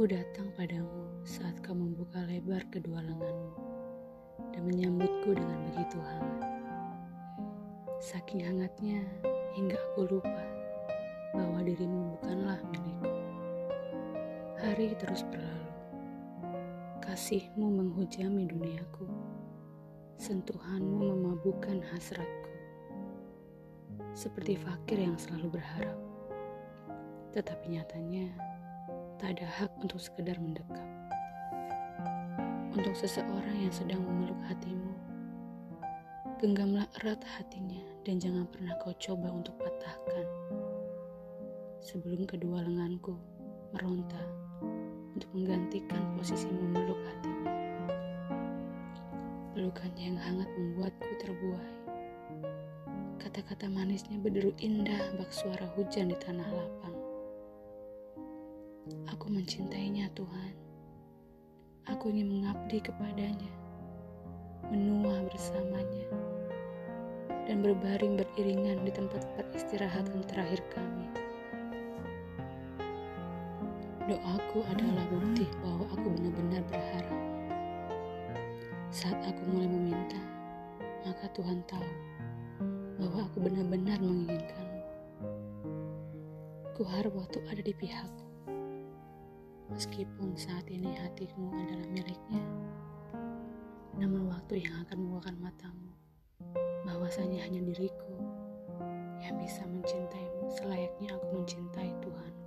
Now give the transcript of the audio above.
Aku datang padamu saat kau membuka lebar kedua lenganmu dan menyambutku dengan begitu hangat. Saking hangatnya hingga aku lupa bahwa dirimu bukanlah milikku. Hari terus berlalu. Kasihmu menghujami duniaku. Sentuhanmu memabukkan hasratku. Seperti fakir yang selalu berharap. Tetapi nyatanya tak ada hak untuk sekedar mendekap. Untuk seseorang yang sedang memeluk hatimu, genggamlah erat hatinya dan jangan pernah kau coba untuk patahkan. Sebelum kedua lenganku meronta untuk menggantikan posisi memeluk hatinya. Pelukannya yang hangat membuatku terbuai. Kata-kata manisnya berderu indah bak suara hujan di tanah lapang. Aku mencintainya, Tuhan. Aku ingin mengabdi kepadanya, menua bersamanya, dan berbaring beriringan di tempat peristirahatan terakhir kami. Doaku adalah bukti bahwa aku benar-benar berharap. Saat aku mulai meminta, maka Tuhan tahu bahwa aku benar-benar menginginkanmu. Ku harap waktu ada di pihakku. Meskipun saat ini hatimu adalah miliknya, namun waktu yang akan membukakan matamu bahwasanya hanya diriku yang bisa mencintaimu selayaknya aku mencintai Tuhan.